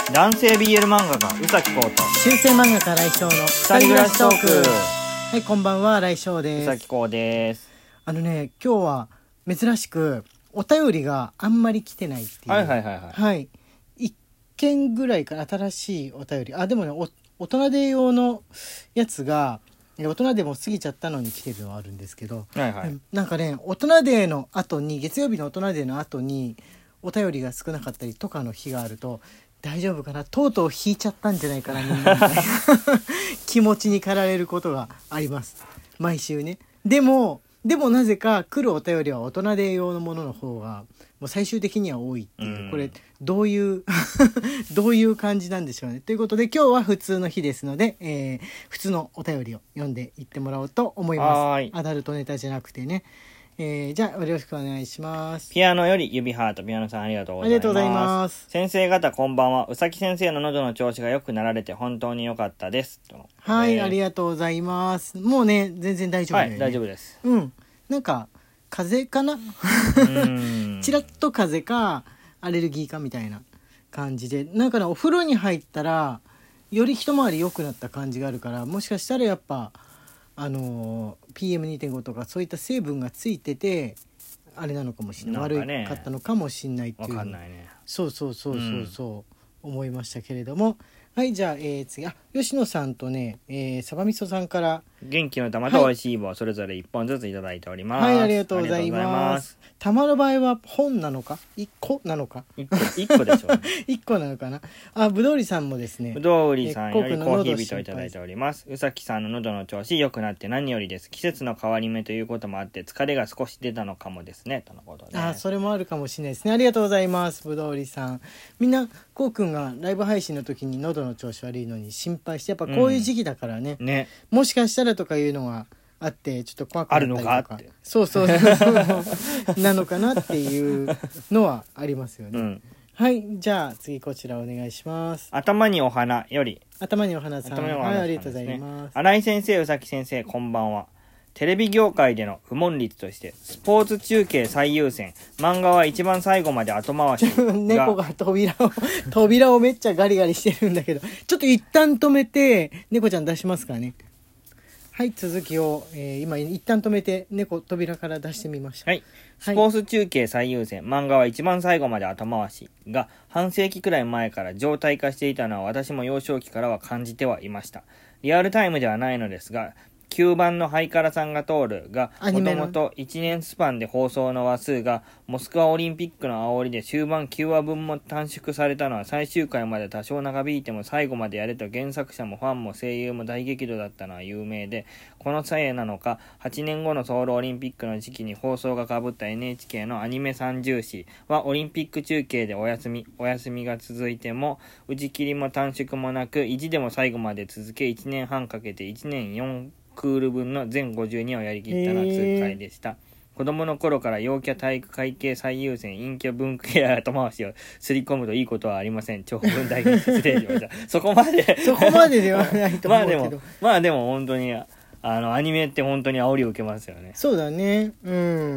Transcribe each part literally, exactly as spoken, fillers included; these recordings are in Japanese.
男性 ビーエル 漫画家宇崎浩と中世漫画家来翔の二人暮らしトーク。 はい、こんばんは、来翔です。 宇崎浩です。 あのね、今日は珍しくお便りがあんまり来てないっていう。 はいはいはいはい。 はい。一件ぐらいから新しいお便り。あ、でもね、お大人で用のやつが大人でも過ぎちゃったのに来てるのはあるんですけど、 はいはい。 なんかね、大人デーの後に月曜日の大人デーの後にお便りが少なかったりとかの日があると、大丈夫かな、とうとう引いちゃったんじゃないかなみんなみたいな気持ちに駆られることがあります毎週ね。でもでもなぜか来るお便りは大人で用のものの方がもう最終的には多いっていう、 うん、 これどういうどういう感じなんでしょうね。ということで今日は普通の日ですので、えー、普通のお便りを読んでいってもらおうと思います。アダルトネタじゃなくてね。えー、じゃあよろしくお願いします。 ピアノより指ハート。ピアノさんありがとうございます。 ありがとうございます。 先生方こんばんは。うさき先生の喉の調子が良くなられて本当に良かったですと。 はい、ありがとうございます。もうね全然大丈夫だよね。 はい、大丈夫です。 うん、なんか風邪かなチラッと風邪かアレルギーかみたいな感じで、なんかねお風呂に入ったらより一回り良くなった感じがあるから、もしかしたらやっぱあの ピーエムにてんご とかそういった成分がついててあれなのかもしれない、ね、悪かったのかもしれないっていう、 わかんないね。 そうそうそうそうそう、うん、思いましたけれども。はい、じゃあ、えー、次、あ、吉野さんとね、えー、サバミソさんから元気の玉と美味しい棒それぞれいっぽんずついただいております。 はい、ありがとうございます。玉の場合は本なのかいっこなのかいっこ、いっこでしょうねいっこなのかなあ、ぶどうりさんもですね、 ぶどうりさんよりコーヒー人いただいております。うさきさんの喉の調子良くなって何よりです。季節の変わり目ということもあって疲れが少し出たのかもですねとのことで。 あ、それもあるかもしれないですね。ありがとうございます、ぶどうりさん。みんなこうくんがライブ配信の時に喉の調子悪いのに心配して、やっぱこういう時期だからね、うん、ね、もしかしたらとかいうのがあってちょっと怖くなったりとか、 あるのかって、 そうそうそうなのかなっていうのはありますよね、うん、はい、じゃあ次こちらお願いします。 頭にお花より頭にお花さん、ね、はい、ありがとうございます。 新井先生、宇崎先生こんばんは。テレビ業界での不問率としてスポーツ中継最優先、漫画は一番最後まで後回しが猫が扉を扉をめっちゃガリガリしてるんだけど、ちょっと一旦止めて猫ちゃん出しますからね。はい、続きを、えー、今一旦止めて猫扉から出してみました。 はい、スポーツ中継最優先、漫画は一番最後まで後回しが半世紀くらい前から常態化していたのは私も幼少期からは感じてはいました。リアルタイムではないのですが、きゅうばんのハイカラさんが通るがもともといちねんスパンで放送の話数がモスクワオリンピックの煽りで終盤きゅうわぶんも短縮されたのは最終回まで多少長引いても最後までやれと原作者もファンも声優も大激怒だったのは有名で、このせいなのかはちねんごのソウルオリンピックの時期に放送がかぶった エヌエイチケー のアニメ三重視はオリンピック中継でお休みお休みが続いても打ち切りも短縮もなく意地でも最後まで続けいちねんはんかけていちねんよんクール分の全ごじゅうにをやりきったのは痛快でした、えー、子供の頃から陽キャ体育会系最優先陰キャ文系や後回しをすり込むといいことはありません。長文大変失礼しましたそこまでそこまでではないと思うけどまあでもまあでも本当にあのアニメって本当に煽りを受けますよね。 そうだね、うん、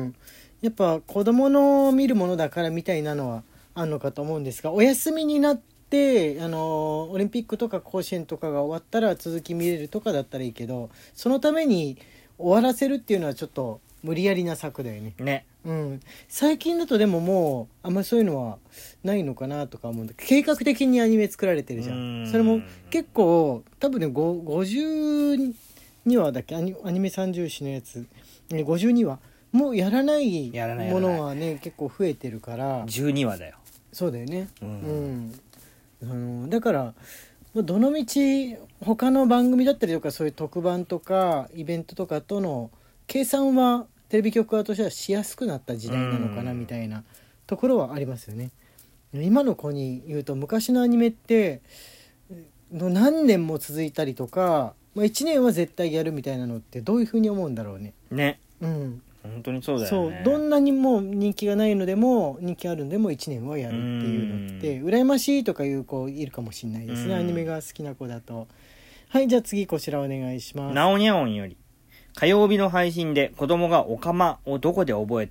やっぱ子供の見るものだからみたいなのはあるのかと思うんですが、お休みになってであのオリンピックとか甲子園とかが終わったら続き見れるとかだったらいいけど、そのために終わらせるっていうのはちょっと無理やりな策だよね。 ね、 うん、最近だとでももうあんまりそういうのはないのかなとか思うんだけど、計画的にアニメ作られてるじゃん。んそれも結構多分ねごじゅうにわだっけ、アニ、アニメ三重視のやつごじゅうにわもうやらないものはね結構増えてるからじゅうにわだよ。 そうだよね、うん、 うんあのだからどのみち他の番組だったりとかそういう特番とかイベントとかとの計算はテレビ局側としてはしやすくなった時代なのかなみたいなところはありますよね。今の子に言うと昔のアニメって何年も続いたりとか、まあ、いちねんは絶対やるみたいなのってどういうふうに思うんだろうね。 ね、 うん、 本当にそうだよね。 そうどんなにも人気がないのでも人気あるんでもいちねんはやるっていうのって羨ましいとかいう子いるかもしれないですね、アニメが好きな子だと。はい、じゃあ次こちらお願いします。 なおにゃおんより火曜日の配信で子供がオカマをどこで覚えたか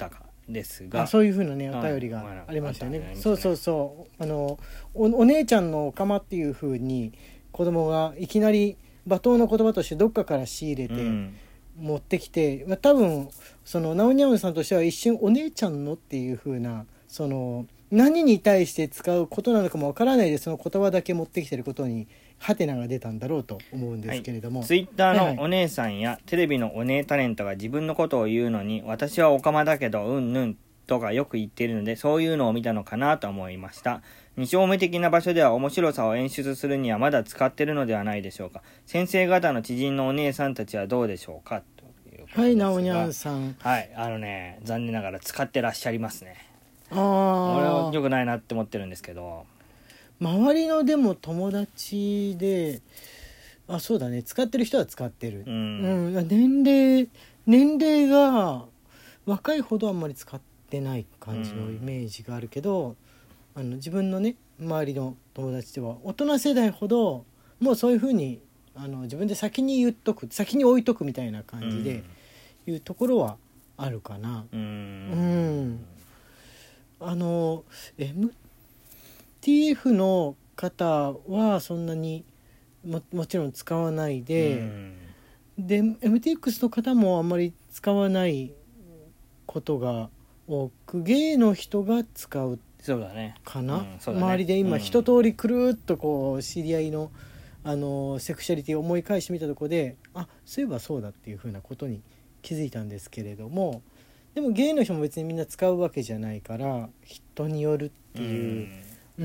ですが、 あそういうふうなねおはい便りがありましたよね、 まああったねそうそうそうあの お, お姉ちゃんのおかまっていうふうに子供がいきなり罵倒の言葉としてどっかから仕入れて、 うん持ってきて、まあ、多分そのナオニャオンさんとしては一瞬お姉ちゃんのっていう風なその何に対して使うことなのかもわからないでその言葉だけ持ってきてることにハテナが出たんだろうと思うんですけれども、 はい、ツイッターのお姉さんやテレビのお姉タレントが自分のことを言うのに私はオカマだけどうんぬんとかよく言っているのでそういうのを見たのかなと思いました。二丁目的な場所では面白さを演出するにはまだ使っているのではないでしょうか。先生方の知人のお姉さんたちはどうでしょうかということですが、 はいナオニャンさん、 はいあのね残念ながら使ってらっしゃいますね。 あ俺はあ良くないなって思ってるんですけど、 周りのでも友達であそうだね使ってる人は使ってる、 ううんん、年齢年齢が若いほどあんまり使ってない感じのイメージがあるけど、あの自分のね周りの友達では大人世代ほどもうそういう風にあの自分で先に言っとく先に置いとくみたいな感じでいうところはあるかな。 うん、ううんんあの エムティーエフ の方はそんなに も, もちろん使わないで、 うん、 で エムティーエックス の方もあんまり使わないことが多くゲイの人が使うそうだねかな、 うんそうだね周りで今うん一通りくるっとこう知り合いの、あのセクシャリティを思い返してみたところであそういえばそうだっていうふうなことに気づいたんですけれども、でもゲイの人も別にみんな使うわけじゃないから人によるっていう、うん、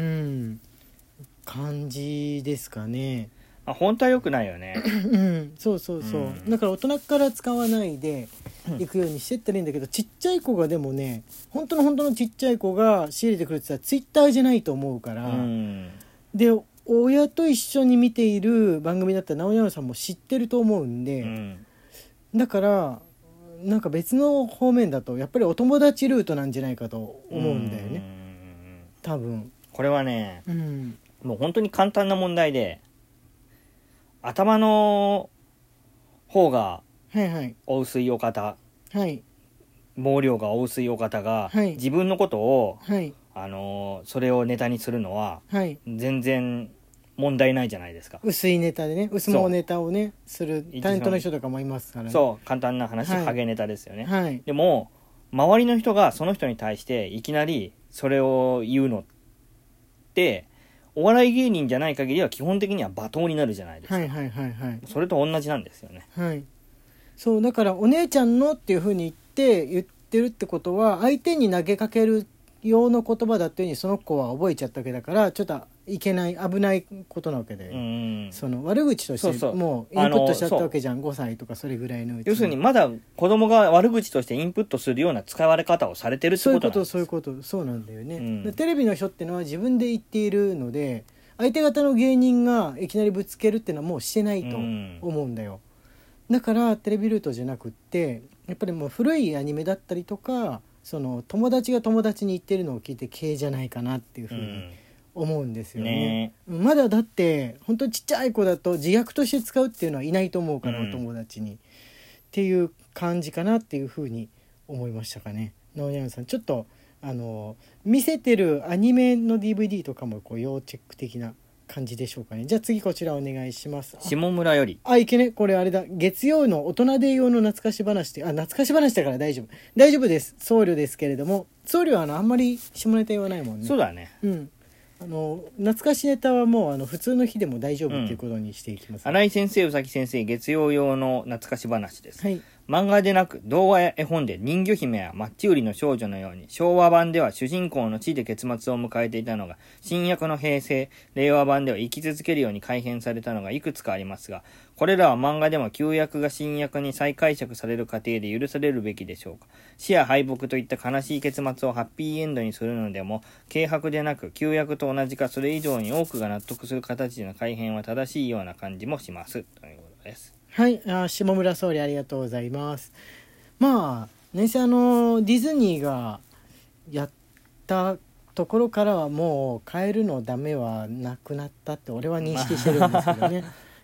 感じですかね。 まあ、本当は良くないよねうん、そうそうそう、 うんだから大人から使わないで行くようにしてったらいいんだけど、ちっちゃい子がでもね本当の本当のちっちゃい子が仕入れてくるって言ったらツイッターじゃないと思うから、 うんで親と一緒に見ている番組だったら直山さんも知ってると思うんで、 うん、 だからなんか別の方面だとやっぱりお友達ルートなんじゃないかと思うんだよね、 うん多分。 これはねうんもう本当に簡単な問題で頭の方がはいはいお薄いお方はい毛量がお薄いお方が、 はい自分のことを、 はいあのーそれをネタにするのははい全然問題ないじゃないですか。 薄いネタでね薄毛ネタをねする一タレントの人とかもいますからね。 そう簡単な話、 はいハゲネタですよね、 はいでも周りの人がその人に対していきなりそれを言うのってお笑い芸人じゃない限りは基本的には罵倒になるじゃないですか、 はいはいはいはいそれと同じなんですよね。 はいそうだからお姉ちゃんのっていう風に言って言ってるってことは相手に投げかける用の言葉だっていう風にその子は覚えちゃったわけだからちょっといけない危ないことなわけで、 うんその悪口としてそうそうもうインプットしちゃったわけじゃん。ごさいとかそれぐらいのうち要するにまだ子供が悪口としてインプットするような使われ方をされてるってそういうことなんです。 ことそういうことそうなんだよね、 うんでテレビの人ってのは自分で言っているので相手方の芸人がいきなりぶつけるっていうのはもうしてないと思うんだよ、だからテレビルートじゃなくってやっぱりもう古いアニメだったりとかその友達が友達に言ってるのを聞いて系じゃないかなっていうふうに思うんですよね、 ねまだだって本当にちっちゃい子だと自虐として使うっていうのはいないと思うから、 うんお友達にっていう感じかなっていうふうに思いましたかね。直山さんちょっとあの見せてるアニメの ディーブイディー とかもこう要チェック的な感じでしょうかね。じゃあ次こちらお願いします。 下村よりあいけねこれあれだ月曜の大人で用の懐かし話であ懐かし話だから大丈夫大丈夫です僧侶ですけれども僧侶はあのあんまり下ネタ言わないもんね。 そうだね。 うんあの懐かしネタはもうあの普通の日でも大丈夫っていうことにしていきます、 新井先生、宇崎先生、月曜用の懐かし話です。 はい漫画でなく童話や絵本で人魚姫やマッチ売りの少女のように昭和版では主人公の地で結末を迎えていたのが新訳の平成令和版では生き続けるように改編されたのがいくつかありますが、これらは漫画でも旧訳が新訳に再解釈される過程で許されるべきでしょうか。死や敗北といった悲しい結末をハッピーエンドにするのでも軽薄でなく旧訳と同じかそれ以上に多くが納得する形での改編は正しいような感じもしますということです。 はいあ下村総理ありがとうございます。まあ年生あのディズニーがやったところからはもう変えるのダメはなくなったって俺は認識してるんですけどね、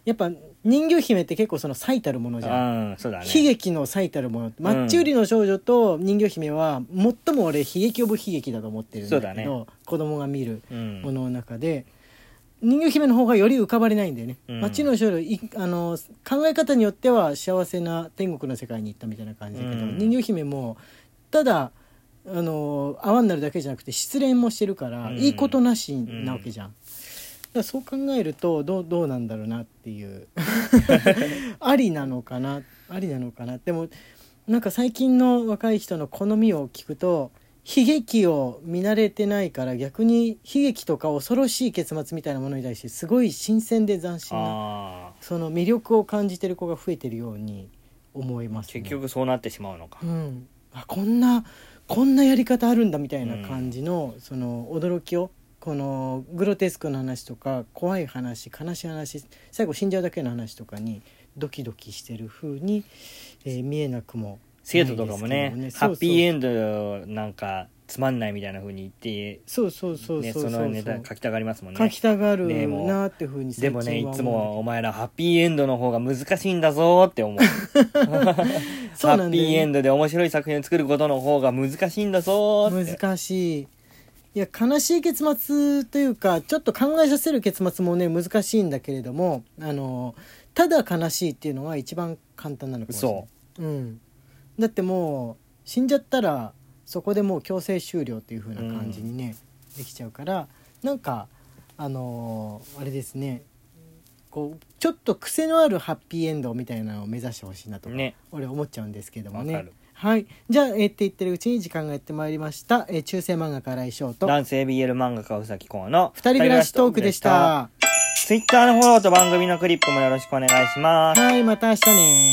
やっぱ人魚姫って結構その最たるものじゃん、 うん、そうだね。 悲劇の最たるもの、マッチ売りの少女と人魚姫は最も俺悲劇オブ悲劇だと思ってるんだけど、 そうだね、 子供が見るうんものの中で人魚姫の方がより浮かばれないんだよね、 うん、 マッチの少女いあの考え方によっては幸せな天国の世界に行ったみたいな感じだけど、うん、人魚姫もただあの泡になるだけじゃなくて失恋もしてるから、うん、いいことなしなわけじゃん、うん、だからそう考えるとどう、どうなんだろうなっていうありなのかなありなのかな。でもなんか最近の若い人の好みを聞くと悲劇を見慣れてないから逆に悲劇とか恐ろしい結末みたいなものに対してすごい新鮮で斬新なその魅力を感じてる子が増えてるように思いますね。 結局そうなってしまうのか、 うん、あこんなこんなやり方あるんだみたいな感じの、うん、その驚きをこのグロテスクな話とか怖い話悲しい話最後死んじゃうだけの話とかにドキドキしてる風に、えー、見えなくも生徒とかもね、ハッピーエンドなんかつまんないみたいな風に言ってそうそうそうそうそう、 ね、そのネタ書きたがりますもんね。 書きたがるなって風にでもねいつもお前らハッピーエンドの方が難しいんだぞって思うそうなんだよね、ハッピーエンドで面白い作品を作ることの方が難しいんだぞって。 難しい。いや悲しい結末というかちょっと考えさせる結末もね難しいんだけれどもあのただ悲しいっていうのは一番簡単なのかもしれない。そう、うん、だってもう死んじゃったらそこでもう強制終了っていう風な感じにね、うん、できちゃうからなんかあのー、あれですねこうちょっと癖のあるハッピーエンドみたいなのを目指してほしいなとか、ね、俺思っちゃうんですけどもね。はい、じゃあ、えー、って言ってるうちに時間がやってまいりました、えー、中世漫画家新井翔と男性 ビーエル 漫画家宇崎公の二人暮らしトークでした。 ツイッターのフォローと番組のクリップもよろしくお願いします。 はい、また明日ね。